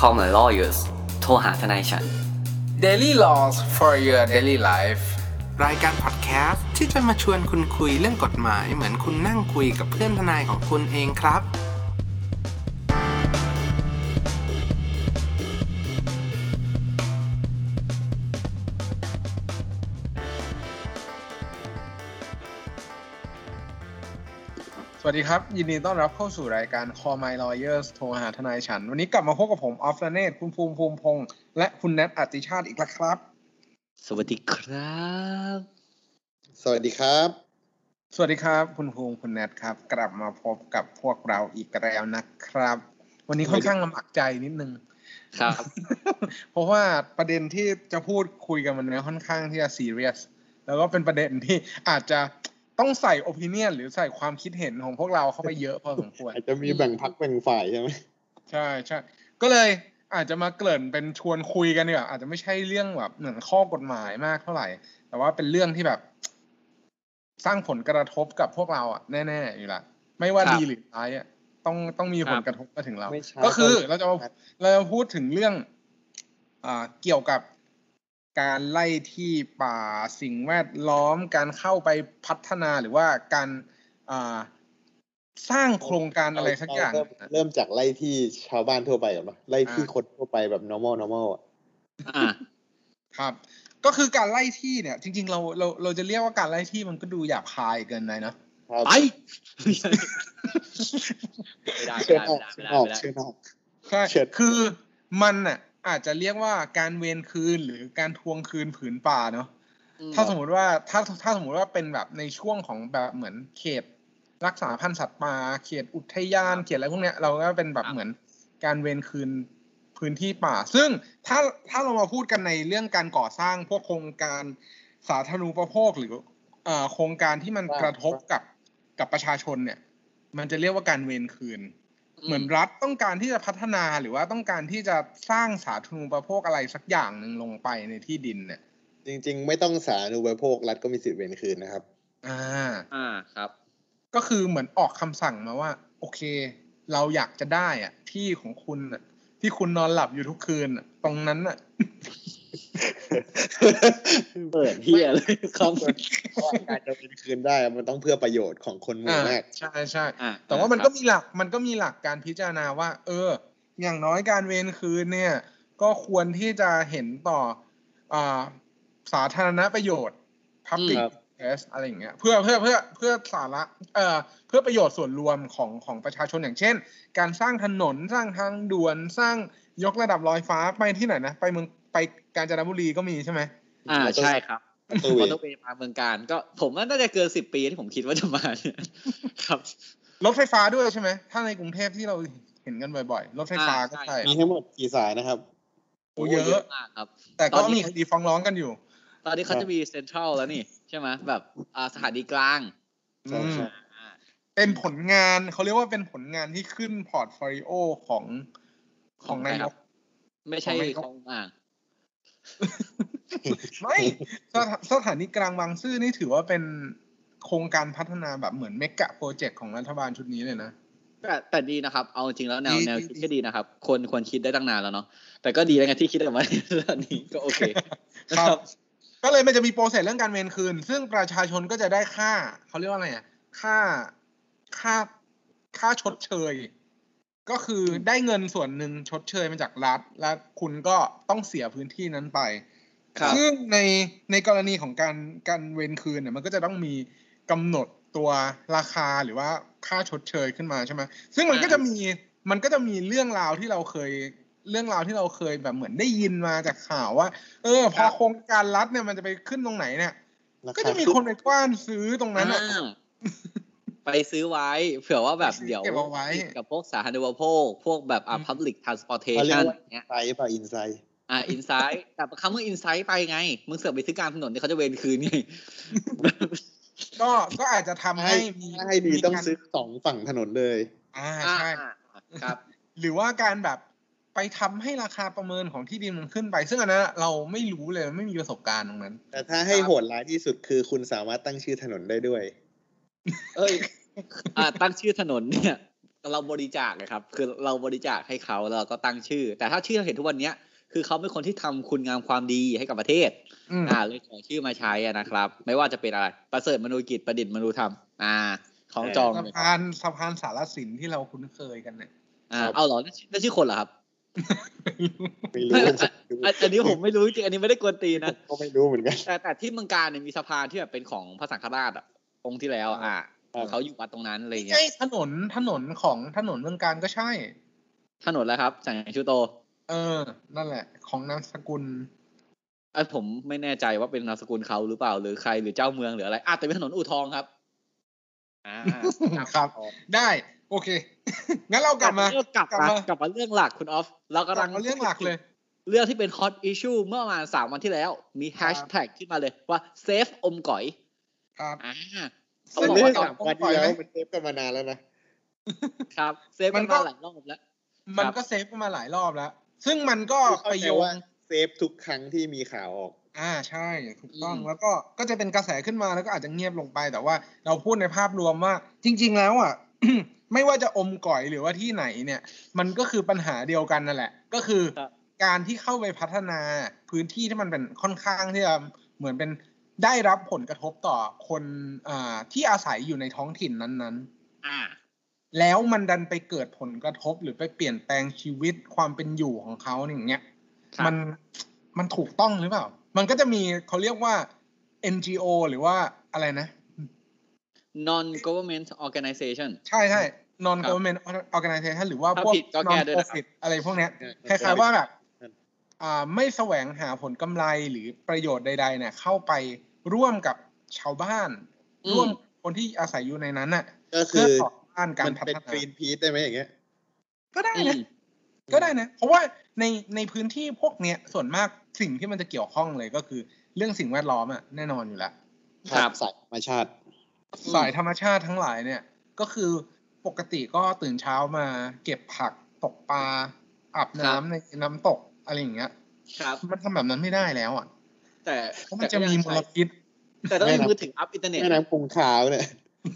Call my lawyers โทรหาทนายฉัน Daily Laws for your daily life รายการพอดแคสต์ที่จะมาชวนคุณคุยเรื่องกฎหมายเหมือนคุณนั่งคุยกับเพื่อนทนายของคุณเองครับสวัสดีครับยินดีต้อนรับเข้าสู่รายการ Call My Lawyers โทรหาทนายฉันวันนี้กลับมาพบกับผมออฟเนตคุณภูมิพงษ์และคุณแนทอติชาติอีกแล้วครับสวัสดีครับสวัสดีครับสวัสดีครับคุณภูมิคุณแนทครับกลับมาพบกับพวกเราอีกแล้วนะครับวันนี้ค่อนข้างลำบากใจนิดนึงครับเพราะว่าประเด็นที่จะพูดคุยกันมันค่อนข้างที่จะซีเรียสแล้วก็เป็นประเด็นที่อาจจะต้องใส่ opinion หรือใส่ความคิดเห็นของพวกเราเข้าไปเยอะพอสมควรอาจจะมีแบ่งพรรคแบ่งฝ่ายใช่ไหมใช่ใช่ก็เลยอาจจะมาเกริ่นเป็นชวนคุยกันเนี่ยอาจจะไม่ใช่เรื่องแบบเหมือนข้อกฎหมายมากเท่าไหร่แต่ว่าเป็นเรื่องที่แบบสร้างผลกระทบกับพวกเราอ่ะแน่ๆอยู่ละไม่ว่าดีหรือร้ายอ่ะต้องมีผลกระทบมาถึงเราก็คือเราจะพูดถึงเรื่องเกี่ยวกับการไล่ที่ป่าสิ่งแวดล้อมการเข้าไปพัฒนาหรือว่าการสร้างโครงการอะไรสักอย่างเริ่มจากไล่ที่ชาวบ้านทั่วไปก่อนป่ะไล่ที่คนทั่วไปแบบ normal อ่ะครับก็คือการไล่ที่เนี่ยจริงๆเราจะเรียกว่าการไล่ที่มันก็ดูหยาบคายเกินไปนะไปไม่ได้เชิญออกใช่คือมันน่ะอาจจะเรียกว่าการเวรคืนหรือการทวงคืนผืนป่าเนาะถ้าสมมติว่าถ้าสมมติว่าเป็นแบบในช่วงของแบบเหมือนเขตรักษาพันธุ์สัตว์ป่าเขตอุทยานเขตอะไรพวกเนี้ยเราก็เป็นแบบเหมือนการเวรคืนพื้นที่ป่าซึ่งถ้าเรามาพูดกันในเรื่องการก่อสร้างพวกโครงการสาธารณูปโภคหรือโครงการที่มันกระทบกับประชาชนเนี่ยมันจะเรียกว่าการเวรคืนเหมือนรัฐต้องการที่จะพัฒนาหรือว่าต้องการที่จะสร้างสาธารณูปโภคอะไรสักอย่างนึงลงไปในที่ดินเนี่ยจริงๆไม่ต้องสาธารณูปโภครัฐก็มีสิทธิ์เวรคืนนะครับครับก็คือเหมือนออกคำสั่งมาว่าโอเคเราอยากจะได้อ่ะที่ของคุณอ่ะที่คุณนอนหลับอยู่ทุกคืนอ่ะตรงนั้นอ่ะเปิดเหี้ยเลยครับการจะเวรคืนได้มันต้องเพื่อประโยชน์ของคนหมู่มากใช่ๆแต่ว่ามันก็มีหลักการพิจารณาว่าอย่างน้อยการเวรคืนเนี่ยก็ควรที่จะเห็นต่อสาธารณประโยชน์ public interest อะไรอย่างเงี้ยเพื่อสาระเพื่อประโยชน์ส่วนรวมของประชาชนอย่างเช่นการสร้างถนนสร้างทางด่วนสร้างยกระดับลอยฟ้าไปที่ไหนนะไปกาญจนบุรีก็มีใช่ไหมใช่ครับมอเตอร์เวย์มาเมืองการก็ผมว่าน่าจะเกิน10 ปีที่ผมคิดว่าจะมาครับรถไฟฟ้าด้วยใช่ไหมถ้าในกรุงเทพที่เราเห็นกันบ่อยๆรถไฟฟ้าก็ใช่มีทั้งหมดกี่สายนะครับเยอะมากครับแต่ก็มีคดีฟ้องร้องกันอยู่ตอนนี้เขาจะมีเซ็นทรัลแล้วนี่ใช่ไหมแบบสถานีกลางใช่เป็นผลงานเขาเรียกว่าเป็นผลงานที่ขึ้นพอร์ตโฟลิโอของนายกไม่ใช่ของไม่สถานีกลางบางซื่อนี่ถือว่าเป็นโครงการพัฒนาแบบเหมือนเมกะโปรเจกต์ของรัฐบาลชุดนี้เลยนะแต่ดีนะครับเอาจริงแล้วแนวคิดก็ดีนะครับควรคิดได้ตั้งนานแล้วเนาะแต่ก็ดีแล้วไงที่คิดออกมาตอนนี้ก็โอเคครับก็เลยมันจะมีโปรเซสเรื่องการเวรคืนซึ่งประชาชนก็จะได้ค่าเขาเรียกว่าอะไรค่าชดเชยก็คือได้เงินส่วนหนึ่งชดเชยมาจากรัฐและคุณก็ต้องเสียพื้นที่นั้นไปซึ่งในกรณีของการเวรคืนเนี่ยมันก็จะต้องมีกำหนดตัวราคาหรือว่าค่าชดเชยขึ้นมาใช่ไหมซึ่งมันก็จะมีเรื่องราวที่เราเคยแบบเหมือนได้ยินมาจากข่าวว่าพอโครงการรัฐเนี่ยมันจะไปขึ้นตรงไหนเนี่ยก็จะมีคนไปกว้านซื้อตรงนั้นอ่ะไปซื้อไว้เผื่อว่าแบบเดี๋ยวกับพวกสาธารณูปโภคพวกแบบpublic transportation เงี้ยinsight insight แต่คำว่า insight ไปไงมึงเสือกไปซื้อกลางถนนเนี่ยเขาจะเวรคืนไงก็อาจจะทำให้ดีต้องซื้อ2ฝั่งถนนเลยใช่ครับหรือว่าการแบบไปทำให้ราคาประเมินของที่ดินมันขึ้นไปซึ่งอันนั้นเราไม่รู้เลยไม่มีประสบการณ์ตรงนั้นแต่ถ้าให้โหดร้ายที่สุดคือคุณสามารถตั้งชื่อถนนได้ด้วยตั้งชื่อถนนเนี่ยเราบริจาคนะครับคือเราบริจาคให้เขาแล้วเราก็ตั้งชื่อแต่ถ้าชื่อเราเห็นทุกวันเนี้ยคือเขาเป็นคนที่ทำคุณงามความดีให้กับประเทศเลยขอชื่อมาใช้นะครับไม่ว่าจะเป็นอะไรประเสริฐมนูกิจประดิษฐ์มนูธรรมของจองสะพานสารสินที่เราคุ้นเคยกันเนี่ยเอาเหรอนั่นชื่อคนเหรอครับไม่รู้อันนี้ผมไม่รู้จริงอันนี้ไม่ได้กวนตีนะก็ไม่รู้เหมือนกันแต่ที่เมืองการเนี่ยมีสะพานที่แบบเป็นของพระสังฆราชองค์ที่แล้วเขาอยู่วัดตรงนั้นอะไรเงี้ยใช่ถนนของถนนเมืองการก็ใช่ถนนแล้วครับสังชูโตนั่นแหละของนามสกุลผมไม่แน่ใจว่าเป็นนามสกุลเขาหรือเปล่าหรือใครหรือเจ้าเมืองหรืออะไรแต่เป็นถนนอู่ทองครับครับได้โอเคงั้นเรากลับมาเรื่องหลักคุณออฟเรากำลังเรื่องหลักเลยเรื่องที่เป็น hot issue เมื่อประมาณ3 วันที่แล้วมีแฮชแท็กขึ้นมาเลยว่าเซฟอมก๋อยครับเป็นเรื่อง3 วันที่แล้วมันเซฟกันมานานแล้วนะครับเซฟกันมาหลายรอบแล้วมันก็เซฟกันมาหลายรอบแล้วซึ่งมันก็ไปโยงเซฟทุกครั้งที่มีข่าวออกใช่ถูกต้องแล้วก็จะเป็นกระแสขึ้นมาแล้วก็อาจจะเงียบลงไปแต่ว่าเราพูดในภาพรวมว่าจริงๆแล้วไม่ว่าจะอมก๋อยหรือว่าที่ไหนเนี่ยมันก็คือปัญหาเดียวกันนั่นแหละก็คือการที่เข้าไปพัฒนาพื้นที่ที่มันเป็นค่อนข้างที่จะเหมือนเป็นได้รับผลกระทบต่อคนที่อาศัยอยู่ในท้องถิ่นนั้นๆแล้วมันดันไปเกิดผลกระทบหรือไปเปลี่ยนแปลงชีวิตความเป็นอยู่ของเขาอย่างเงี้ยมันถูกต้องหรือเปล่ามันก็จะมีเขาเรียกว่า NGO หรือว่าอะไรนะ non government organization ใช่ non government organization หรือว่าพวก non profit อะไรพวกเนี้ยคล้ายๆว่าแบบไม่แสวงหาผลกำไรหรือประโยชน์ใดๆเนี่ยเข้าไปร่วมกับชาวบ้านร่วมคนที่อาศัยอยู่ในนั้นน่ะก็คือต่อต้านการพัฒนาเป็น Greenpeace ได้ไหมอย่างเงี้ยก็ได้นะเพราะว่าในพื้นที่พวกเนี้ยส่วนมากสิ่งที่มันจะเกี่ยวข้องเลยก็คือเรื่องสิ่งแวดล้อมแน่นอนอยู่แล้วครับสายธรรมชาติทั้งหลายเนี่ยก็คือปกติก็ตื่นเช้ามาเก็บผักตกปลาอาบน้ำในน้ำตกอะไรอย่างเงี้ยมันทำแบบนั้นไม่ได้แล้วแต่มันจะมีมลพิษแต่ต้องมีมือถืออัพอินเทอร์เน็ตแม่น้ำคงคาวเนี่ย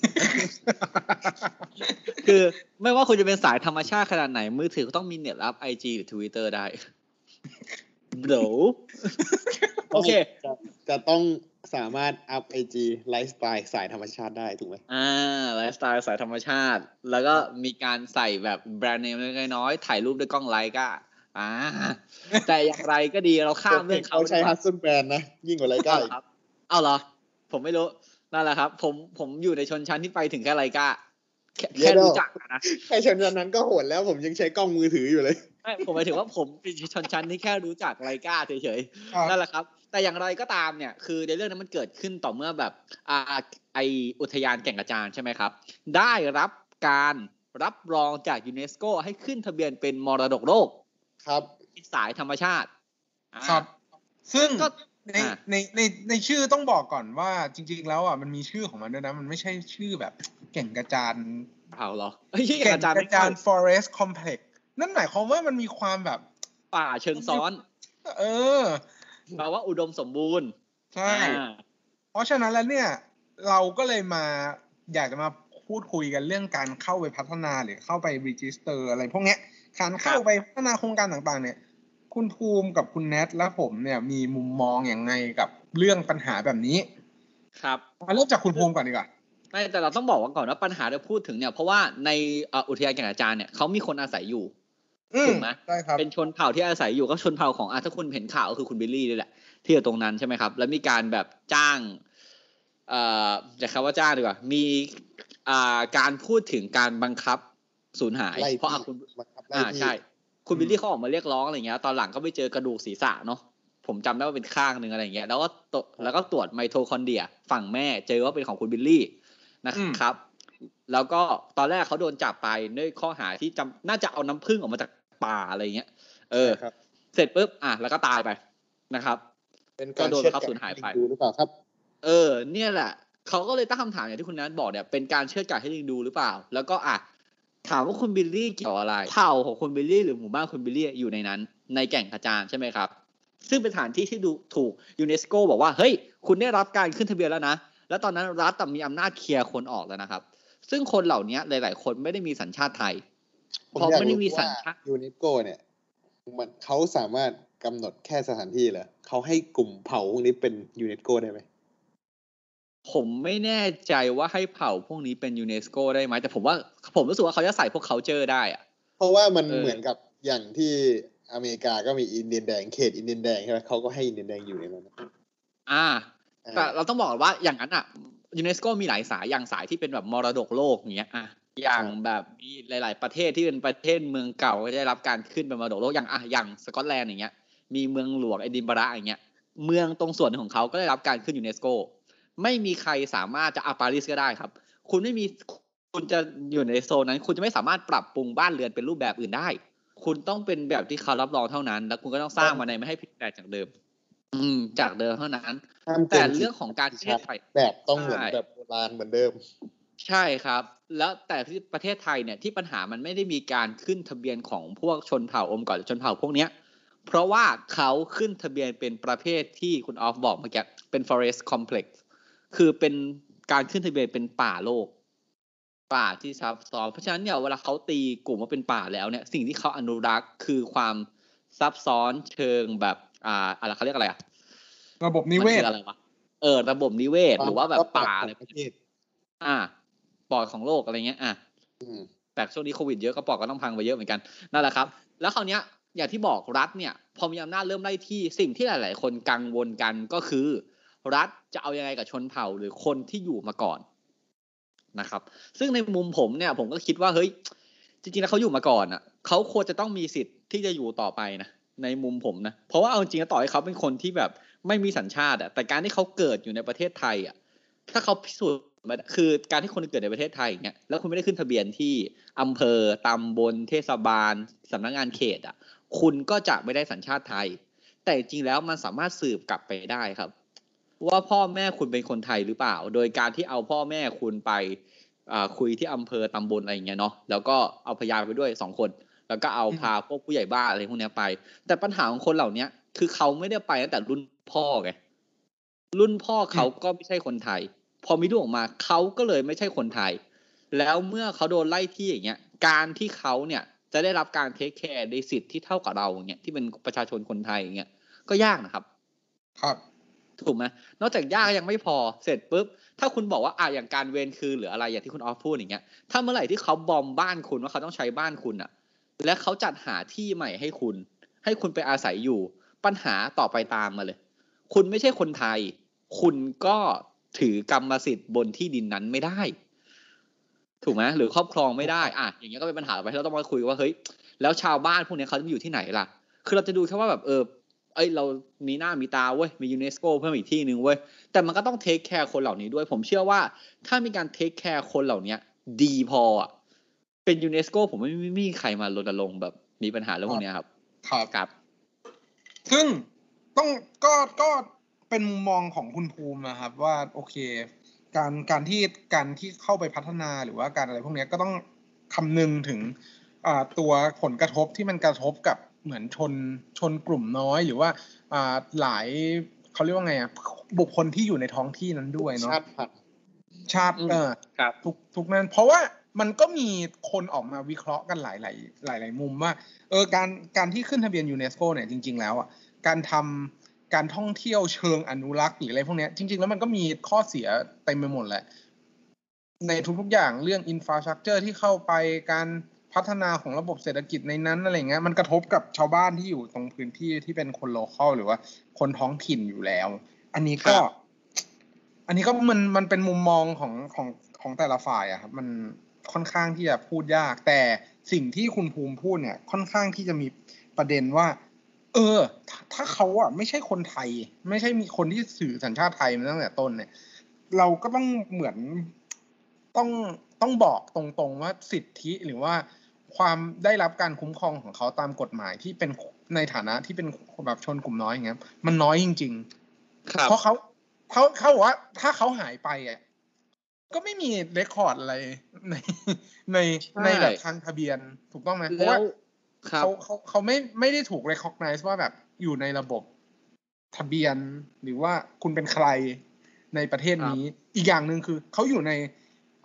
คือไม่ว่าคุณจะเป็นสายธรรมชาติขนาดไหนมือถือก็ต้องมีเน็ตอัพ IG หรือ Twitter ได้โอเคจะต้องสามารถอัพ IG ไลฟ์สไตล์สายธรรมชาติได้ถูกไหมไลฟ์สไตล์สายธรรมชาติแล้วก็มีการใส่แบบแบรนด์เนมเล็กน้อยถ่ายรูปด้วยกล้องไลกาแต่อย่างไรก็ดีเราข้ามเรื่องเขาใช้ฮัตสันแบรนด์นะยิ่งกว่าไลกาเอาเหรอผมไม่รู้นั่นแหละครับผมอยู่ในชนชั้นที่ไปถึงแค่ไลกาแค่รู้จักนะแค่ชนชั้นนั้นก็โหดแล้วผมยังใช้กล้องมือถืออยู่เลยไม่ผมหมายถึงว่าผมเป็นชนชั้นที่แค่รู้จักไลกาเฉยๆนั่นแหละครับแต่อย่างไรก็ตามเนี่ยคือในเรื่องนั้นมันเกิดขึ้นต่อเมื่อแบบไออุทยานแก่งกระจานใช่ไหมครับได้รับการรับรองจากยูเนสโกให้ขึ้นทะเบียนเป็นมรดกโลกครับสายธรรมชาติครับซึ่งในชื่อต้องบอกก่อนว่าจริงๆแล้วมันมีชื่อของมันด้วยนะมันไม่ใช่ชื่อแบบแก่งกระจานเหรอแก่งกระจาน Forest Complex นั่นหมายความว่ามันมีความแบบป่าเชิงซ้อนแปลว่าอุดมสมบูรณ์ใช่เพราะฉะนั้นแล้วเนี่ยเราก็เลยอยากจะมาพูดคุยกันเรื่องการเข้าไปพัฒนาหรือเข้าไปรีจิสเตอร์อะไรพวกเนี้ยการเข้าไปพัฒนาโครงการต่างๆเนี่ยคุณภูมิกับคุณแนทและผมเนี่ยมีมุมมองอย่างไงกับเรื่องปัญหาแบบนี้ครับมาเริ่มจากคุณภูมิก่อนดีกว่าแต่เราต้องบอกว่าก่อนว่าปัญหาที่พูดถึงเนี่ยเพราะว่าในอุทยานแก่งกระจานเนี่ยเขามีคนอาศัยอยู่ถูกไหมใช่ครับเป็นชนเผ่าที่อาศัยอยู่ก็ชนเผ่าของถ้าคุณเห็นข่าวก็คือคุณบิลลี่นี่แหละที่อยู่ตรงนั้นใช่ไหมครับแล้วมีการแบบจ้างจะคำว่าจ้างดีกว่ามีการพูดถึงการบังคับสูญหายเพราะคุณใช่คุณบิลลี่เขาออกมาเรียกร้องอะไรเงี้ยตอนหลังก็ไปเจอกระดูกศีรษะเนาะผมจำได้ว่าเป็นข้างนึงอะไรเงี้ยแล้วก็ตรวจไมโทคอนเดรียฝั่งแม่เจอว่าเป็นของคุณบิลลี่นะครับแล้วก็ตอนแรกเขาโดนจับไปด้วยข้อหาที่น่าจะเอาน้ำผึ้งออกมาจากป่าอะไรเงี้ยเสร็จปุ๊บแล้วก็ตายไปนะครับก็โดนเขาสูญหายไปดูหรือเปล่าครับเนี่ยแหละเขาก็เลยตั้งคำถามอย่างที่คุณนัทบอกเนี่ยเป็นการเชือดไก่ให้ลิงดูหรือเปล่าแล้วก็ถามว่าคุณบิลลี่เกี่ยวอะไรเผ่าของคุณบิลลี่หรือหมู่บ้านคุณบิลลี่อยู่ในนั้นในแก่งกระจานใช่ไหมครับซึ่งเป็นสถานที่ที่ดูถูกยูเนสโกบอกว่าเฮ้ยคุณได้รับการขึ้นทะเบียนแล้วนะแล้วตอนนั้นรัฐมีอำนาจเคลียร์คนออกแล้วนะครับซึ่งคนเหล่านี้หลายๆคนไม่ได้มีสัญชาติไทยพอไม่ได้มีสัญชาติยูเนสโกเนี่ยมันเขาสามารถกำหนดแค่สถานที่เหรอเขาให้กลุ่มเผ่าพวกนี้เป็นยูเนสโกได้ไหมผมไม่แน่ใจว่าให้เผ่าพวกนี้เป็นยูเนสโกได้ไหมแต่ผมรู้สึกว่าเขาจะใส่พวก culture ได้อะเพราะว่ามันเหมือนกับอย่างที่อเมริกาก็มีอินเดียนแดงเขตอินเดียนแดงใช่ไหมเขาก็ให้อินเดียนแดงอยู่ในนั้นแต่เราต้องบอกว่าอย่างนั้นอ่ะยูเนสโกมีหลายสายอย่างสายที่เป็นแบบมรดกโลกอย่างเงี้ยอย่างแบบมีหลายๆประเทศที่เป็นประเทศเมืองเก่าก็ได้รับการขึ้นเป็นมรดกโลกอย่างสกอตแลนด์อย่างเงี้ยมีเมืองหลวงเอดินบะระอย่างเงี้ยเมืองตรงส่วนของเขาก็ได้รับการขึ้นยูเนสโกไม่มีใครสามารถจะปารีสก็ได้ครับคุณจะอยู่ในโซนนั้นคุณจะไม่สามารถปรับปรุงบ้านเรือนเป็นรูปแบบอื่นได้คุณต้องเป็นแบบที่เขารับรองเท่านั้นแล้วคุณก็ต้องสร้างมาในไม่ให้ผิดแปลกจากเดิมเท่านั้นแต่เรื่องของการประเทศไทยแบบต้องเหมือนแบบโบราณเหมือนเดิมใช่ครับแล้วแต่ที่ประเทศไทยเนี่ยที่ปัญหามันไม่ได้มีการขึ้นทะเบียนของพวกชนเผ่าองค์กรชนเผ่าพวกเนี้ยเพราะว่าเขาขึ้นทะเบียนเป็นประเภทที่คุณออฟบอกเมื่อกี้เป็น forest complex คือเป็นการขึ้นทะเบียนเป็นป่าโลกป่าที่ซับซ้อนเพราะฉะนั้นเนี่ยเวลาเขาตีกลุ่มว่าเป็นป่าแล้วเนี่ยสิ่งที่เขาอนุรักษ์คือความซับซ้อนเชิงแบบอะไรเขาเรียกอะไรระบบนิเวศอะไรวะระบบนิเวศหรือว่าแบบป่าอะไรประเภทปอดของโลกอะไรเงี้ยแต่ช่วงนี้โควิดเยอะก็ปอดก็ต้องพังไปเยอะเหมือนกันนั่นแหละครับแล้วคราวเนี้ยอย่างที่บอกรัฐเนี่ยพอมีอำนาจเริ่มไล่ที่สิ่งที่หลายๆคนกังวลกันก็คือรัฐจะเอายังไงกับชนเผ่าหรือคนที่อยู่มาก่อนนะครับซึ่งในมุมผมเนี่ยผมก็คิดว่าเฮ้ยจริงๆแล้วเขาอยู่มาก่อนอ่ะเขาควรจะต้องมีสิทธิ์ที่จะอยู่ต่อไปนะในมุมผมนะเพราะว่าเอาจริงๆแล้วต่อให้เขาเป็นคนที่แบบไม่มีสัญชาติอ่ะแต่การที่เขาเกิดอยู่ในประเทศไทยอ่ะถ้าเขาพิสูจน์คือการที่คนเกิดในประเทศไทยอย่างเงี้ยแล้วคุณไม่ได้ขึ้นทะเบียนที่อำเภอตำบลเทศบาลสำนักงานเขตอ่ะคุณก็จะไม่ได้สัญชาติไทยแต่จริงแล้วมันสามารถสืบกลับไปได้ครับว่าพ่อแม่คุณเป็นคนไทยหรือเปล่าโดยการที่เอาพ่อแม่คุณไปคุยที่อำเภอตำบลอะไรอย่างเงี้ยเนาะแล้วก็เอาพยานไปด้วย2 คนแล้วก็เอาพาพวกผู้ใหญ่บ้านอะไรพวกนี้ไปแต่ปัญหาของคนเหล่านี้คือเขาไม่ได้ไปตั้งแต่รุ่นพ่อไงรุ่นพ่อเขาก็ไม่ใช่คนไทยพอมีลูกออกมาเขาก็เลยไม่ใช่คนไทยแล้วเมื่อเขาโดนไล่ที่อย่างเงี้ยการที่เขาเนี่ยจะได้รับการเทคแคร์ในสิทธิ์ที่เท่ากับเราอย่างเงี้ยที่เป็นประชาชนคนไทยอย่างเงี้ยก็ยากนะครับครับถูกไหมนอกจากยากยังไม่พอเสร็จปุ๊บถ้าคุณบอกว่าอย่างการเวรคืนหรืออะไรอย่างที่คุณออฟพูดอย่างเงี้ยถ้าเมื่อไหร่ที่เขาบอมบ้านคุณว่าเขาต้องใช้บ้านคุณอ่ะและเขาจัดหาที่ใหม่ให้คุณไปอาศัยอยู่ปัญหาต่อไปตามมาเลยคุณไม่ใช่คนไทยคุณก็ถือกรรมสิทธิ์บนที่ดินนั้นไม่ได้ถูกไหมหรือครอบครองไม่ได้อย่างเงี้ยก็เป็นปัญหาไปเราต้องมาคุยว่าเฮ้ยแล้วชาวบ้านพวกนี้เขาจะอยู่ที่ไหนล่ะคือเราจะดูแค่ว่าแบบเรามีหน้ามีตาเว้ยมียูเนสโกเพิ่มอีกที่นึงเว้ยแต่มันก็ต้องเทคแคร์คนเหล่านี้ด้วยผมเชื่อว่าถ้ามีการเทคแคร์คนเหล่านี้ดีพอเป็นยูเนสโกผมไม่มีใครมารณรงค์แบบมีปัญหาเรื่องพวกนี้ครับครับซึ่งต้องก็เป็นมุมมองของคุณภูมินะครับว่าโอเคการที่เข้าไปพัฒนาหรือว่าการอะไรพวกนี้ก็ต้องคำนึงถึงตัวผลกระทบที่มันกระทบกับเหมือนชนกลุ่มน้อยหรือว่าหลายเขาเรียกว่าไงบุคคลที่อยู่ในท้องที่นั้นด้วยเนาะชาติครับทุกนั้นเพราะว่ามันก็มีคนออกมาวิเคราะห์กันหลายมุมว่าการที่ขึ้นทะเบียนยูเนสโกเนี่ยจริงๆแล้วการทำการท่องเที่ยวเชิงอนุรักษ์หรืออะไรพวกนี้จริงๆแล้วมันก็มีข้อเสียเต็มไปหมดแหละในทุกๆอย่างเรื่องอินฟราสตรัคเจอร์ที่เข้าไปการพัฒนาของระบบเศรษฐกิจในนั้นอะไรเงี้ยมันกระทบกับชาวบ้านที่อยู่ตรงพื้นที่ที่เป็นคนโลคอลหรือว่าคนท้องถิ่นอยู่แล้วอันนี้ก็มันเป็นมุมมองของแต่ละฝ่ายครับมันค่อนข้างที่จะพูดยากแต่สิ่งที่คุณภูมิพูดเนี่ยค่อนข้างที่จะมีประเด็นว่าถ้าเขาไม่ใช่คนไทยไม่ใช่มีคนที่สื่อสัญชาติไทยมาตั้งแต่ต้นเนี่ยเราก็ต้องเหมือนต้องบอกตรงๆว่าสิทธิหรือว่าความได้รับการคุ้มครองของเขาตามกฎหมายที่เป็นในฐานะที่เป็นแบบชนกลุ่มน้อยอย่างเงี้ยมันน้อยจริงๆเพราะเขาบอกว่าถ้าเขาหายไปก็ไม่มีเรคคอร์ดอะไรในแบบทางทะเบียนถูกต้องไหมเพราะว่าเขาไม่ได้ถูก recognize ว่าแบบอยู่ในระบบทะเบียนหรือว่าคุณเป็นใครในประเทศนี้อีกอย่างนึงคือเขาอยู่ใน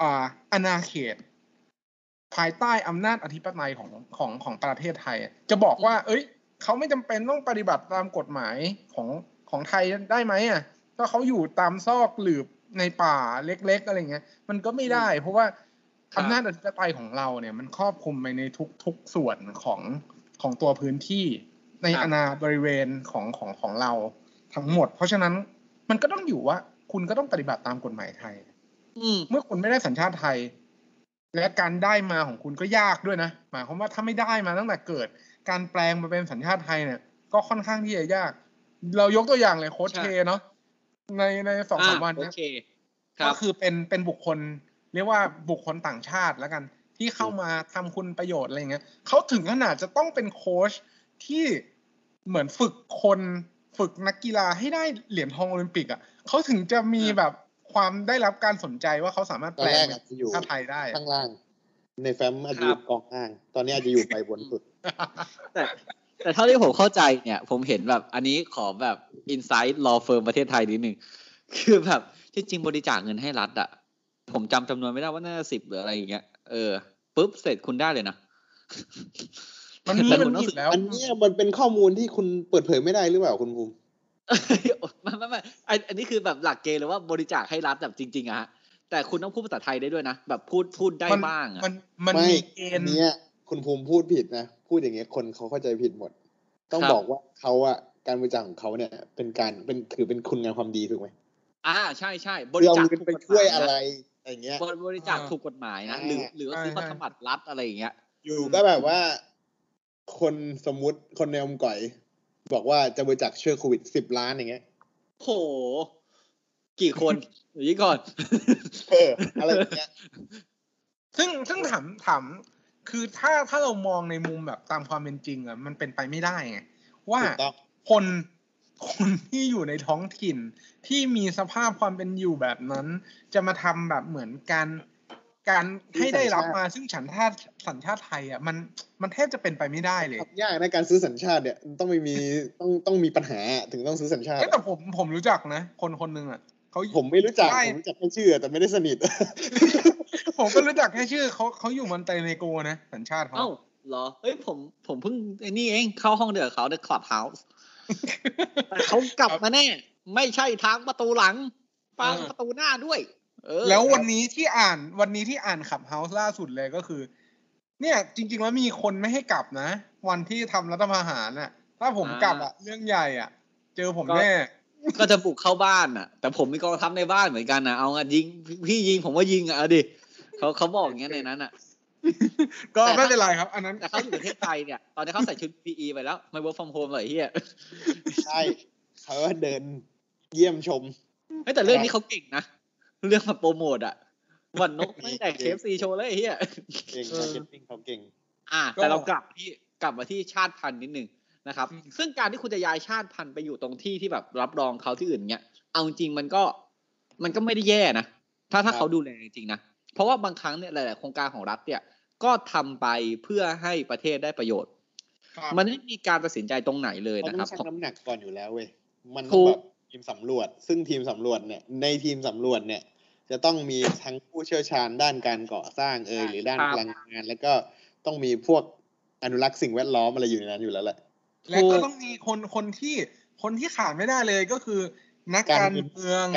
อาณาเขตภายใต้อำนาจอธิปไตยของประเทศไทยจะบอกว่าเอ้ยเขาไม่จำเป็นต้องปฏิบัติตามกฎหมายของไทยได้ไหมอ่ะถ้าเขาอยู่ตามซอกหลืบในป่าเล็กๆอะไรเงี้ยมันก็ไม่ได้เพราะว่าอำนาจอธิปไตยของเราเนี่ยมันครอบคลุมไปในทุกส่วนของตัวพื้นที่ในอาณาบริเวณของเราทั้งหมดเพราะฉะนั้นมันก็ต้องอยู่ว่าคุณก็ต้องปฏิบัติตามกฎหมายไทยเมื่อคุณไม่ได้สัญชาติไทยและการได้มาของคุณก็ยากด้วยนะหมายความว่าถ้าไม่ได้มาตั้งแต่เกิดการแปลงมาเป็นสัญชาติไทยเนี่ยก็ค่อนข้างที่จะยากเรายกตัวอย่างเลยโค้ชเชเนาะใน 2-3 วันเนี่ยก็คือเป็นบุคคลเรียกว่าบุคคลต่างชาติแล้วกันที่เข้ามาทำคุณประโยชน์อะไรเงี้ยเขาถึงขนาดจะต้องเป็นโค้ชที่เหมือนฝึกนักกีฬาให้ได้เหรียญทองโอลิมปิกอ่ะเขาถึงจะมีแบบความได้รับการสนใจว่าเขาสามารถแปลงชาติไทยได้ข้างล่างในแฟ้มอาจจะอยู่กองล่างตอนนี้อาจจะอยู่ไปบนสุดแต่เท่าที่ผมเข้าใจเนี่ยผมเห็นแบบอันนี้ขอแบบ Insight Law Firm ประเทศไทยนิดนึงคือแบบที่จริงบริจาคเงินให้รัฐอ่ะผมจำจำนวนไม่ได้ว่าน่าจะ10หรืออะไรอย่างเงี้ยปุ๊บเสร็จคุณได้เลยนะมันมีแล้วอันนี้มันเป็นข้อมูลที่คุณเปิดเผยไม่ได้หรือเปล่าคุณภูมิไม่อันนี้คือแบบหลักเกณฑ์เลยว่าบริจาคให้รัฐแบบจริงๆอะฮะแต่คุณต้องพูดภาษาไทยได้ด้วยนะแบบพูดได้บ้างอะมันมีเกณฑ์นี้คุณภูมิพูดผิดนะพูดอย่างเงี้ยคนเขาเข้าใจผิดหมดต้องบอกว่าเขาอะการบริจาคของเขาเนี่ยเป็นถือเป็นคุณงามความดีถูกไหมใช่บริจาคไปช่วยอะไรอย่างเงี้ยบริจาคถูกกฎหมายนะหรือซื้อพันธบัตรรัฐอะไรอย่างเงี้ยอยู่ก็แบบว่าคนสมมุติคนในองค์ก่อยบอกว่าจะบริจาคช่วยโควิด10 ล้านอย่างเงี้ยโหกี่คนอย่างนี้ก่อนอะไรอย่างเงี้ยซึ่งถามคือถ้าเรามองในมุมแบบตามความเป็นจริงอ่ะมันเป็นไปไม่ได้ไงว่าคนที่อยู่ในท้องถิ่นที่มีสภาพความเป็นอยู่แบบนั้นจะมาทำแบบเหมือนการให้ได้รับมาซึ่งสัญชาติไทยอ่ะมันแทบจะเป็นไปไม่ได้เลยยากนะการซื้อสัญชาติเนี่ยต้องมีปัญหาถึงต้องซื้อสัญชาติแต่ผมรู้จักนะคนนึงอ่ะผมไม่รู้จักผมรู้จักแค่ชื่อแต่ไม่ได้สนิทผมก็รู้จักแค่ชื่อเขาอยู่มอนเตเนโกรนะสัญชาติเขาเหรอเฮ้ยผมเพิ่งนี่เองเข้าห้องเดือดเขาในคลับเฮาส์แต่เขากลับมาแน่ไม่ใช่ทางประตูหลังทางประตูหน้าด้วยแล้ววันนี้ที่อ่านคลับเฮาส์ล่าสุดเลยก็คือเนี่ยจริงๆแล้วมีคนไม่ให้กลับนะวันที่ทำรัฐประหารน่ะถ้าผมกลับอ่ะเรื่องใหญ่อ่ะเจอผมแน่ก็จะบุกเข้าบ้านอ่ะแต่ผมมีกองทัพในบ้านเหมือนกันนะเอางั้นยิงพี่ยิงผมว่ายิงอ่ะเอาดิเขาบอกอย่างเงี้ยในนั้นอ่ะก็ไม่เป็นไรครับอันนั้นแต่เขาอยู่ประเทศไทยเนี่ยตอนนี้เขาใส่ชุด PE ไปแล้วไม่ work from home เลยเฮียใช่เขาเดินเยี่ยมชมแต่เรื่องนี้เขาเก่งนะเรื่องมาโปรโมทอ่ะวันนกไม่แต่ KFC โชว์เลยเฮียเก่งมาร์เก็ตติ้งเขาเก่งแต่เรากลับมาที่ชาติพันธุ์นิดนึงนะครับซึ่งการที่คุณจะย้ายชาติพันธุ์ไปอยู่ตรงที่ที่แบบรับรองเขาที่อื่นเงี้ยเอาจริงมันก็ไม่ได้แย่นะถ้าเขาดูแลจริงๆนะเพราะว่าบางครั้งเนี่ยหลายๆโครงการของรัฐเนี่ยก็ทำไปเพื่อให้ประเทศได้ประโยชน์มันไม่มีการตัดสินใจตรงไหนเลยนะครับต้องชั่งน้ำหนักก่อนอยู่แล้วเว้ยมันต้องแบบทีมสำรวจซึ่งทีมสำรวจเนี่ยในทีมสำรวจเนี่ยจะต้องมีทั้งผู้เชี่ยวชาญด้านการก่อสร้างหรือด้านพลังงานแล้วก็ต้องมีพวกอนุรักษ์สิ่งแวดล้อมอะไรอยู่ในนั้นอยู่แล้วแหละและก็ต้องมีคนที่ขาดไม่ได้เลยก็คือนักการเมือง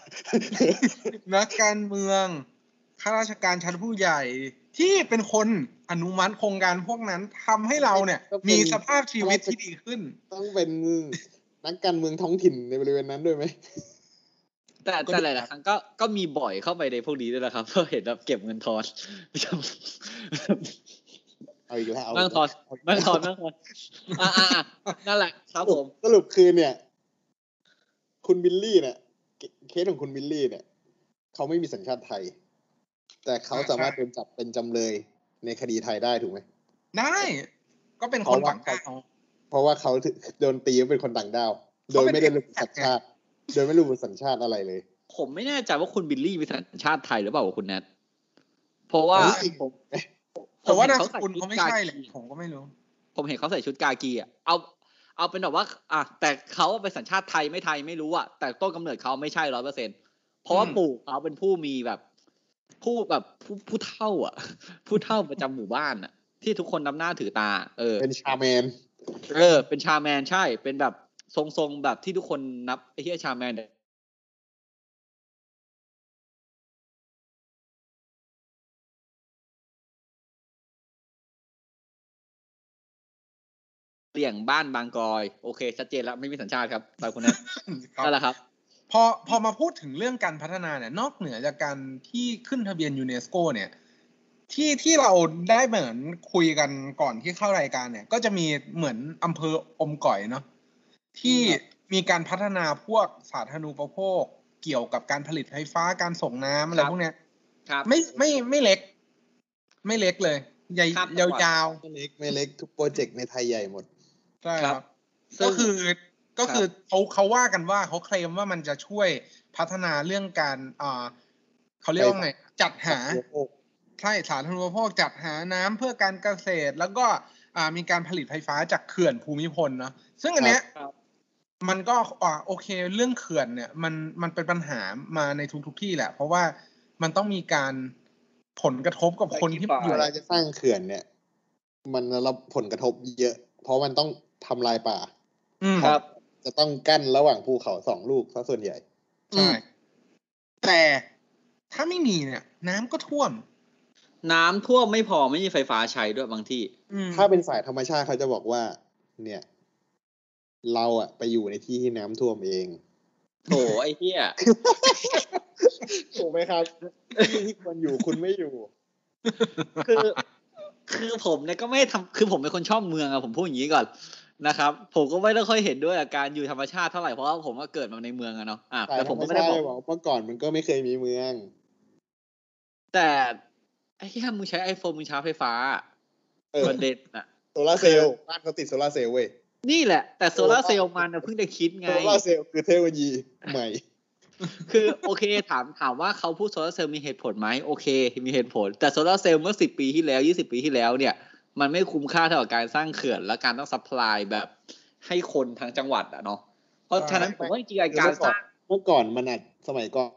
ข้าราชการชั้นผู้ใหญ่ที่เป็นคนอนุมัติโครงการพวกนั้นทำให้เราเนี่ยมีสภาพชีวิตที่ดีขึ้นต้องเป็นนักการเมืองท้องถิ่นในบริเวณนั้นด้วยไหมแต่หลายๆครั้งก็มีบ่อยเข้าไปในพวกนี้ด้วยนะครับเพราะเห็นแบบเก็บเงินทอนเอาอีกแล้วนั่งทอนนั่นแหละครับผมสรุปคือเนี่ยคุณบิลลี่เนี่ยเคสของคุณบิลลี่เนี่ยเขาไม่มีสัญชาติไทยแต่เขาสามารถโดนจับเป็นจำเลยในคดีไทยได้ถูกไหมได้ก็เป็นคนต่างดาวเพราะว่าเขาโดนตีว่าเป็นคนต่างดาวโดยไม่ได้ระบุสัญชาติอะไรเลยผมไม่แน่ใจว่าคุณบิลลี่มีสัญชาติไทยหรือเปล่าคุณแนทเพราะว่าแต่ว่านามสกุลเขาไม่ใช่เลยผมก็ไม่รู้ผมเห็นเขาใส่ชุดกากีอ่ะเอาเป็นแบบว่าแต่เขาเป็นสัญชาติไทยไม่รู้อ่ะแต่ต้นกำเนิดเขาไม่ใช่ 100% เพราะว่าปู่เขาเป็นผู้มีแบบผู้เฒ่าอ่ะ ผู้เฒ่าประจำหมู่บ้านอ่ะ ที่ทุกคนนับหน้าถือตาเป็นชาแมนเป็นชาแมนใช่เป็นแบบทรงๆแบบที่ทุกคนนับไอ้เหี้ยชาแมนเลี่ยงบ้านบางกอยโอเคชัดเจนแล้วไม่มีสัญชาติครับบางคนนั้นนั่นแหละครับพอมาพูดถึงเรื่องการพัฒนาเนี่ยนอกเหนือจากการที่ขึ้นทะเบียนยูเนสโกเนี่ยที่เราได้เหมือนคุยกันก่อนที่เข้ารายการเนี่ยก็จะมีเหมือนอำเภออมก๋อยเนาะที่มีการพัฒนาพวกสาธารณูปโภคเกี่ยวกับการผลิตไฟฟ้าการส่งน้ำอะไรพวกเนี้ยไม่เล็กไม่เล็กเลยใหญ่ยาวๆไม่เล็กทุกโปรเจกต์ในไทยใหญ่หมดใช่ครับก็คือเขาว่ากันว่าเขาเคลมว่ามันจะช่วยพัฒนาเรื่องการเขาเรียกว่าไงจัดหาใช่สาธารณูปโภคจัดหาน้ำเพื่อการเกษตรแล้วก็มีการผลิตไฟฟ้าจากเขื่อนภูมิพลเนาะซึ่งอันเนี้ยมันก็โอเคเรื่องเขื่อนเนี่ยมันเป็นปัญหามาในทุกที่แหละเพราะว่ามันต้องมีการผลกระทบกับคนที่เวลาจะสร้างเขื่อนเนี่ยมันรับผลกระทบเยอะเพราะมันต้องทำลายป่าครับจะต้องกั้นระหว่างภูเขา2ลูกซะส่วนใหญ่ใช่แต่ถ้าไม่มีเนี่ยน้ำก็ท่วมไม่พอไม่มีไฟฟ้าใช้ด้วยบางที่ถ้าเป็นสายธรรมชาติเขาจะบอกว่าเนี่ยเราอะไปอยู่ในที่ที่น้ำท่วมเองโถไอ้เหี้ยถูกไหมครับที่ควรอยู่คุณไม่อยู่คือผมเนี่ยก็ไม่ทำคือผมเป็นคนชอบเมืองอะผมพูดอย่างนี้ก่อนนะครับผมก็ไม่ได้ค่อยเห็นด้วยกับการอยู่ธรรมชาติเท่าไหร่เพราะว่าผมก็เกิดมาในเมืองอะเนาะแต่ผมก็ไม่ได้บอกเมื่อก่อนมันก็ไม่เคยมีเมืองแต่ไอ้ที่มึงใช้ iPhone มึงชาร์จไฟฟ้าประเด็นอะโซล่าเซลล์บ้านเขาติดโซล่าเซลล์เว้ยนี่แหละแต่โซล่าเซลล์มันเพิ่งได้คิดไงโซล่าเซลล์คือเทคโนโลยีใหม่คือโอเคถามว่าเขาพูดโซลาร์เซลล์มีเหตุผลไหมโอเคมีเหตุผลแต่โซลาร์เซลล์เมื่อ10 ปีที่แล้ว20 ปีที่แล้วเนี่ยมันไม่คุ้มค่าเท่ากับการสร้างเขื่อนและการต้องซัพพลายแบบให้คนทั้งจังหวัดอะเนาะเพราะฉะนั้นผมว่าจริงๆการสร้างเมื่อก่อนมันสมัยก่อน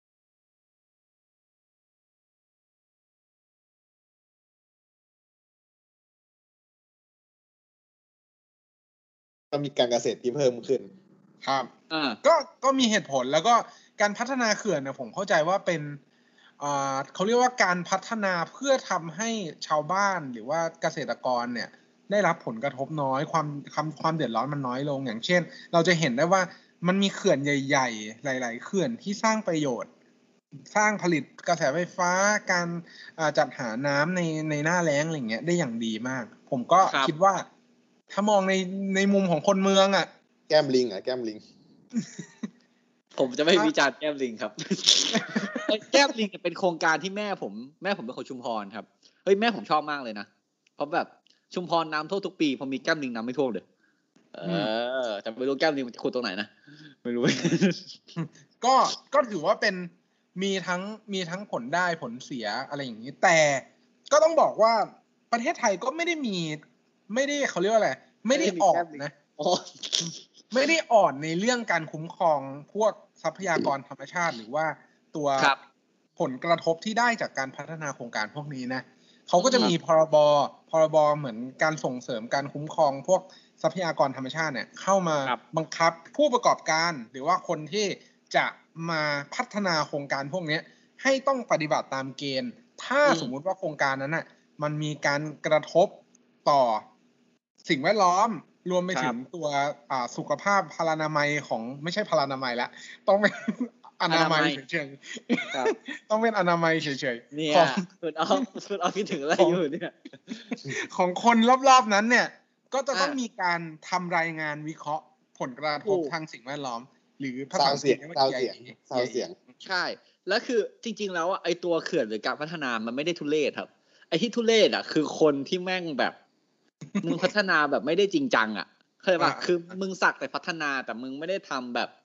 ก็มีการเกษตรที่เพิ่มขึ้นครับก็มีเหตุผลแล้วก็การพัฒนาเขื่อนเนี่ยผมเข้าใจว่าเป็นเขาเรียกว่าการพัฒนาเพื่อทำให้ชาวบ้านหรือว่าเกษตรกรเนี่ยได้รับผลกระทบน้อยความเดือดร้อนมันน้อยลงอย่างเช่นเราจะเห็นได้ว่ามันมีเขื่อนใหญ่ๆหลายๆเขื่อนที่สร้างประโยชน์สร้างผลิตกระแสไฟฟ้าการจัดหาน้ำในหน้าแล้งอะไรเงี้ยได้อย่างดีมากผมก็คิดว่าถ้ามองในมุมของคนเมืองแก้มลิงแก้มลิงผมจะไม่วิจารณ์แก้มลิงครับแก้มลิงเป็นโครงการที่แม่ผมเป็นคนชุมพรครับเฮ้ยแม่ผมชอบมากเลยนะเพราะแบบชุมพรน้ำท่วมทุกปีพอมีแก้มลิงน้ำไม่ท่วมเลยแต่ไม่รู้แก้มลิงมันขุดตรงไหนนะไม่รู้ก็ถือว่าเป็นมีทั้งผลได้ผลเสียอะไรอย่างนี้แต่ก็ต้องบอกว่าประเทศไทยก็ไม่ได้เขาเรียกว่าอะไรไม่ได้อ่อนนะไม่ได้อ่อนในเรื่องการคุ้มครองพวกทรัพยากรธรรมชาติหรือว่าตัวผลกระทบที่ได้จากการพัฒนาโครงการพวกนี้นะเขาก็จะมีพรบเหมือนการส่งเสริมการคุ้มครองพวกทรัพยากรธรรมชาติเนี่ยเข้ามาบังคับผู้ประกอบการหรือว่าคนที่จะมาพัฒนาโครงการพวกนี้ให้ต้องปฏิบัติตามเกณฑ์ถ้าสมมุติว่าโครงการนั้นน่ะมันมีการกระทบต่อสิ่งแวดล้อมรวมไปถึงตัวสุขภาพพลานามัยของไม่ใช่พลานามัยละต้องเป็นอนามัยเฉยๆต้องเป็นอนามัยเฉยๆเนี่ยคุณเอาคิดถึงอะไรอยู่เนี่ยของคนรอบๆนั้นเนี่ยก็จะต้องมีการทำรายงานวิเคราะห์ผลกระทบทางสิ่งแวดล้อมหรือภาษาเสียงใช่แล้วคือจริงๆแล้วไอ้ตัวเขื่อนหรือการพัฒนามันไม่ได้ทุเรศครับไอ้ที่ทุเรศคือคนที่แม่งแบบมึงพัฒนาแบบไม่ได้จริงจังเข้าใจป่ะคือมึงสักแต่พัฒนาแต่มึงไม่ได้ทำแบบ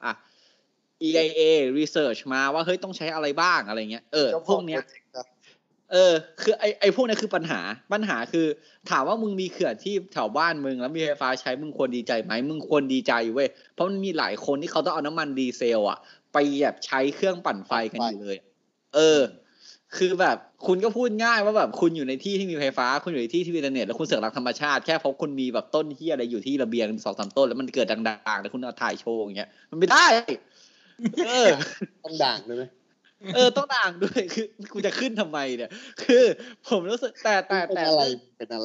EIA research มาว่าเฮ้ยต้องใช้อะไรบ้างอะไรเงี้ยพวกเนี้ยคือไอ้พวกนี้คือปัญหาคือถามว่ามึงมีเขื่อนที่แถวบ้านมึงแล้วมีไฟฟ้าใช้มึงควรดีใจไหมมึงควรดีใจเว้ยเพราะมันมีหลายคนที่เขาต้องเอาน้ำมันดีเซลไปแบบใช้เครื่องปั่นไฟกันอยู่เลยคือแบบคุณก็พูดง่ายว่าแบบคุณอยู่ในที่ที่มีไฟฟ้าคุณอยู่ในที่ที่มีอินเทอร์เน็ตแล้วคุณเสือกรักธรรมชาติแค่เพราะคุณมีแบบต้นเหี้ยอะไรอยู่ที่ระเบียง 2-3 ต้นแล้วมันเกิดด่างๆแล้วคุณเอาถ่ายโชว์อย่างเงี้ยมันไม่ได้ต้องด่างด้วยมั้ยต้องด่างด้วยคือกูจะขึ้นทำไมเนี่ยคือผมรู้สึกแต่เป็นอะไรแต่เ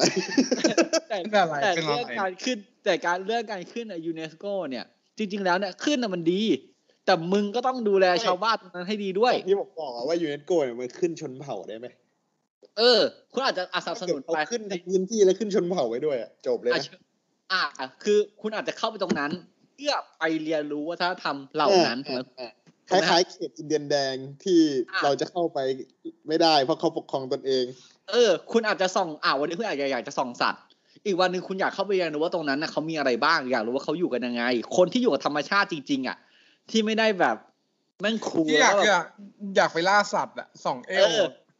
รื่องการขึ้นในยูเนสโกเนี่ยจริงๆแล้วเนี่ยขึ้นน่ะมันดีแต่มึงก็ต้องดูแลชาวบ้านตรงนั้นให้ดีด้วยที่ผมบอกว่ายูเนสโกเนี่ยมันขึ้นชนเผ่าได้ไหมคุณอาจจะสนับสนุนไปขึ้นในพื้นที่แล้วขึ้นชนเผ่าไว้ด้วยจบเลยนะคือคุณอาจจะเข้าไปตรงนั้นเพื่อไปเรียนรู้วัฒนธรรมเหล่านั้นคล้ายๆเขตอินเดียนแดงที่เราจะเข้าไปไม่ได้เพราะเขาปกครองตนเองคุณอาจจะส่องวันนี้คุณอาจจะอยากจะส่องสัตว์อีกวันนึงคุณอยากเข้าไปเรียนรู้ว่าตรงนั้นน่ะเขามีอะไรบ้างอยากรู้ว่าเขาอยู่กันยังไงคนที่อยู่กับธรรมชาติจริงๆที่ไม่ได้แบบแม่งคูลแล้วอยากไปล่าสัตว์ส่องเอว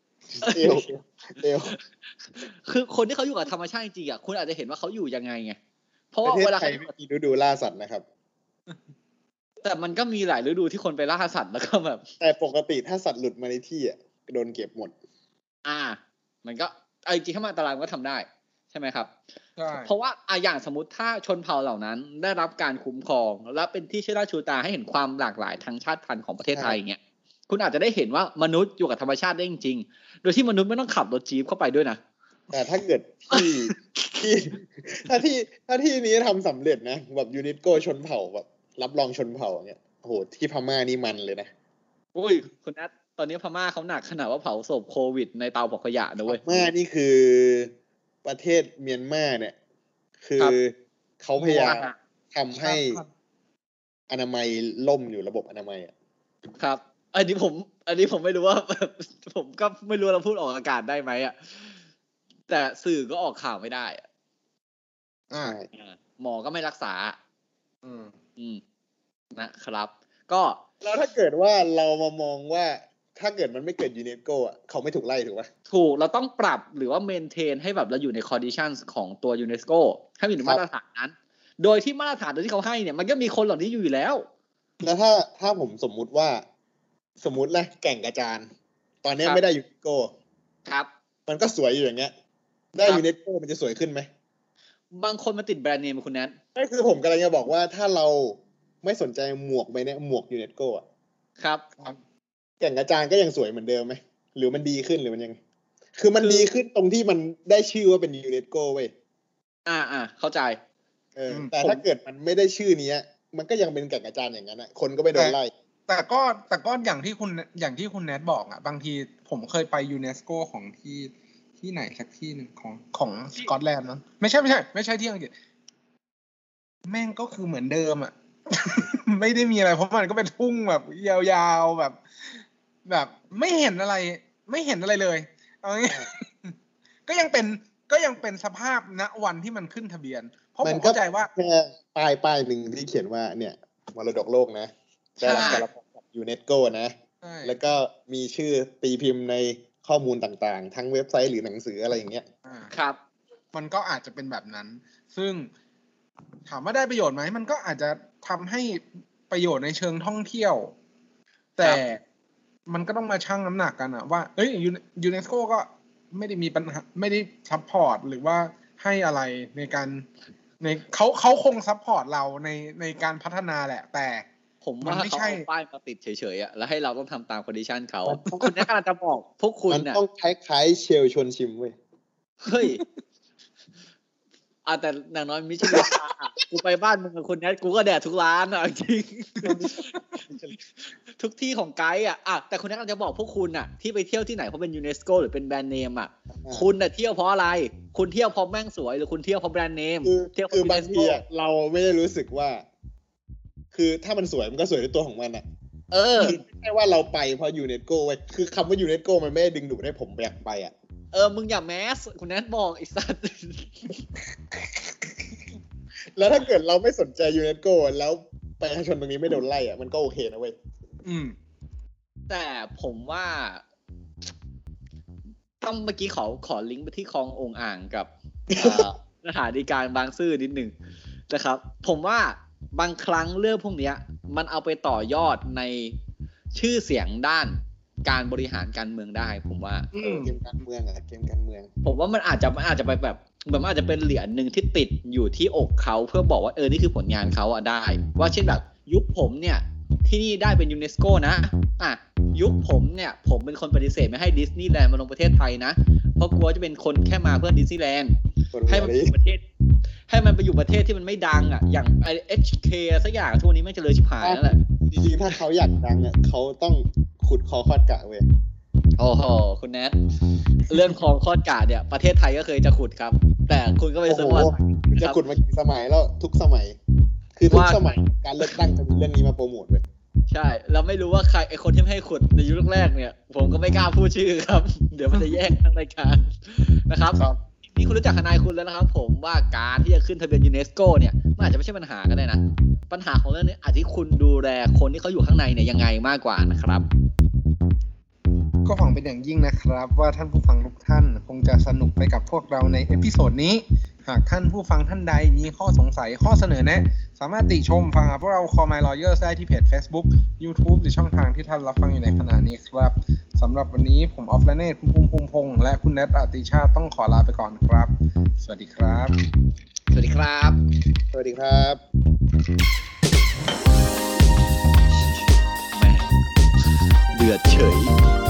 คือคนที่เขาอยู่กับธรรมชาติจริงๆคุณอาจจะเห็นว่าเขาอยู่ยังไงไงเพราะว่าเวลาใครไม่มีฤดูล่าสัตว์นะครับแต่มันก็มีหลายฤดูที่คนไปล่าสัตว์แล้วก็แบบแต่ปกติถ้าสัตว์หลุดมาในที่โดนเก็บหมดมันก็จริงๆถ้ามาอันตรายมันก็ทำได้ใช่ไหมครับใช่เพราะว่าอย่างสมมติถ้าชนเผ่าเหล่านั้นได้รับการคุ้มครองและเป็นที่เชื่อชูตาให้เห็นความหลากหลายทางชาติพันธุ์ของประเทศไทยอย่างเงี้ยคุณอาจจะได้เห็นว่ามนุษย์อยู่กับธรรมชาติได้จริงๆโดยที่มนุษย์ไม่ต้องขับรถจี๊ปเข้าไปด้วยนะแต่ถ้าเกิดถ้าที่นี้ทำสำเร็จนะแบบยูเนสโกชนเผ่าแบบรับรองชนเผ่าเนี่ยโอ้โหที่พม่านี่มันเลยนะอุ้ยคุณนัทตอนนี้พม่าเขาหนักขนาดว่าเผาศพโควิดในเตาเผาขยะนะเว้ยพม่านี่คือประเทศเมียนมาเนี่ยคือเขาพยายามทำให้อนามัยล่มอยู่ระบบอนามัยครับอันนี้ผมไม่รู้ว่าผมก็ไม่รู้เราพูดออกอากาศได้ไหมแต่สื่อก็ออกข่าวไม่ได้หมอก็ไม่รักษานะครับก็แล้วถ้าเกิดว่าเรามามองว่าถ้าเกิดมันไม่เกิดยูเนสโกเขาไม่ถูกไล่ถูกป่ะถูกเราต้องปรับหรือว่าเมนเทนให้แบบเราอยู่ในคอนดิชั่นของตัวยูเนสโกให้อยู่ในมาตรฐานนั้นโดยที่มาตรฐานที่เขาให้เนี่ยมันก็มีคนเหล่านี้อยู่แล้วแล้วถ้าผมสมมุตินะแก่งกระจานตอนนี้ไม่ได้ยูเนสโกครับมันก็สวยอยู่อย่างเงี้ยได้ยูเนสโกมันจะสวยขึ้นไหมบางคนมาติดแบรนด์เนมคุณแนทนั่นคือผมกำลังจะบอกว่าถ้าเราไม่สนใจหมวกใบนี้หมวกยูเนสโกครับแก่งกระจานก็ยังสวยเหมือนเดิมไหมหรือมันดีขึ้นหรือมันยังคือมันดีขึ้นตรงที่มันได้ชื่อว่าเป็นยูเนสโกเว้ยเข้าใจแต่ถ้าเกิดมันไม่ได้ชื่อนี้มันก็ยังเป็นแก่งกระจานอย่างนั้นคนก็ไม่โดนไล่แต่ก็อย่างที่คุณแนทบอกบางทีผมเคยไปยูเนสโกของที่ไหนสักที่นึงของสกอตแลนด์เนาะไม่ใช่ที่อังกฤษแม่งก็คือเหมือนเดิมไม่ได้มีอะไรเพราะมันก็เป็นทุ่งแบบยาวๆแบบไม่เห็นอะไรเลยเอางี้ก็ยังเป็นสภาพณวันที่มันขึ้นทะเบียนเพราะผมเข้าใจว่าแค่ป้ายนึงที่เขียนว่าเนี่ยมรดกโลกนะได้รับการรับรองจากยูเนสโกนะแล้วก็มีชื่อตีพิมพ์ในข้อมูลต่างๆทั้งเว็บไซต์หรือหนังสืออะไรอย่างเงี้ยครับมันก็อาจจะเป็นแบบนั้นซึ่งถามว่าได้ประโยชน์ไหมมันก็อาจจะทำให้ประโยชน์ในเชิงท่องเที่ยวแต่มันก็ต้องมาชั่งน้ำหนักกันว่ายูเนสโกก็ไม่ได้มีปัญหาไม่ได้ซัพพอร์ตหรือว่าให้อะไรในการในเขาคงซัพพอร์ตเราในการพัฒนาแหละแต่ผมว่าเขาเอาป้ายมาติดเฉยๆแล้วให้เราต้องทำตามคอนดิชันเขาคุณนี่กำลังจะบอกพวกคุณมันต้องคล้ายๆเชลชวนชิมเว้ยเฮ้ยแต่อย่างน้อยมิชลินกูไปบ้านมึงกับคนนี้กูก็แดดทุกร้านจริงทุกที่ของไกด์แต่คุณนักจะบอกพวกคุณที่ไปเที่ยวที่ไหนเพราะเป็นยูเนสโกหรือเป็นแบรนด์เนมคุณเที่ยวเพราะอะไรคุณเที่ยวเพราะแม่งสวยหรือคุณเที่ยวเพราะแบรนด์เนมเที่ยวคือบางทีเราไม่ได้รู้สึกว่าคือถ้ามันสวยมันก็สวยในตัวของมันไม่ใช่ว่าเราไปเพราะยูเนสโกไว้คือคำว่ายูเนสโกมันไม่ได้ดึงดูดให้ผมอยากไปมึงอย่าแมสคุณแนทบอกไอ้สัตว์แล้วถ้าเกิดเราไม่สนใจยูเนสโกแล้วประชาชนตรงนี้ไม่โดนไล่มันก็โอเคนะเว้ยแต่ผมว่าต้องเมื่อกี้ขอลิงก์ไปที่คลององอ่างกับสถานีกลางบางซื่อนิดนึงนะครับผมว่าบางครั้งเรื่องพวกนี้มันเอาไปต่อยอดในชื่อเสียงด้านการบริหารการเมืองได้ผมว่าเกมการเมืองเกมการเมืองผมว่ามันอาจจะไปแบบมันอาจจะเป็นเหรียญนึงที่ติดอยู่ที่อกเขาเพื่อบอกว่านี่คือผลงานเขาได้ว่าเช่นแบบยุคผมเนี่ยที่นี่ได้เป็นยูเนสโกนะยุคผมเนี่ยผมเป็นคนปฏิเสธไม่ให้ดิสนีย์แลนด์มาลงประเทศไทยนะเพราะกลัวจะเป็นคนแค่มาเพื่อดิสนีย์แลนด์ให้มันอยู่ประเทศที่มันไม่ดังอย่างHK สักอย่างทุกวันนี้ไม่เจริญชิบหายนั่นแหละจริงๆถ้าเขาอยากดังเขาต้องขุดคอคอดกะเว้ยโอ้โหคุณแนทเรื่องคลองคอดกะเนี่ยประเทศไทยก็เคยจะขุดครับแต่คุณก็ไปซื้อว่าจะขุดมากี่สมัยแล้วทุกสมัยคือทุกสมัยการเลือกตั้งจะมีเรื่องนี้มาโปรโมทเว้ยใช่เราไม่รู้ว่าใครไอคนที่ไม่ให้ขุดในยุคแรกเนี่ยผมก็ไม่กล้าพูดชื่อครับเดี๋ยวมันจะแยกทั้งรายการนะครับนี่คุณรู้จักทนายคุณแล้วนะครับผมว่าการที่จะขึ้นทะเบียนยูเนสโกเนี่ยมันอาจจะไม่ใช่ปัญหาก็ได้นะปัญหาของเรื่องนี้อาจจะคุณดูแลคนที่เขาอยู่ข้างในเนี่ยยังไงมากกว่านะครับก็หวังเป็นอย่างยิ่งนะครับว่าท่านผู้ฟังทุกท่านคงจะสนุกไปกับพวกเราในเอพิโซดนี้หากท่านผู้ฟังท่านใดมีข้อสงสัยข้อเสนอแนะสามารถติชมฟังพวกเรา Call My Lawyers ได้ที่เพจ Facebook YouTube หรือช่องทางที่ท่านรับฟังอยู่ในขณะนี้ครับสำหรับวันนี้ผมออฟและเนตคุณภูมิภูมิพงษ์และคุณแนทอติชาติต้องขอลาไปก่อนครับสวัสดีครับสวัสดีครับสวัสดีครับแม่เดือดเฉย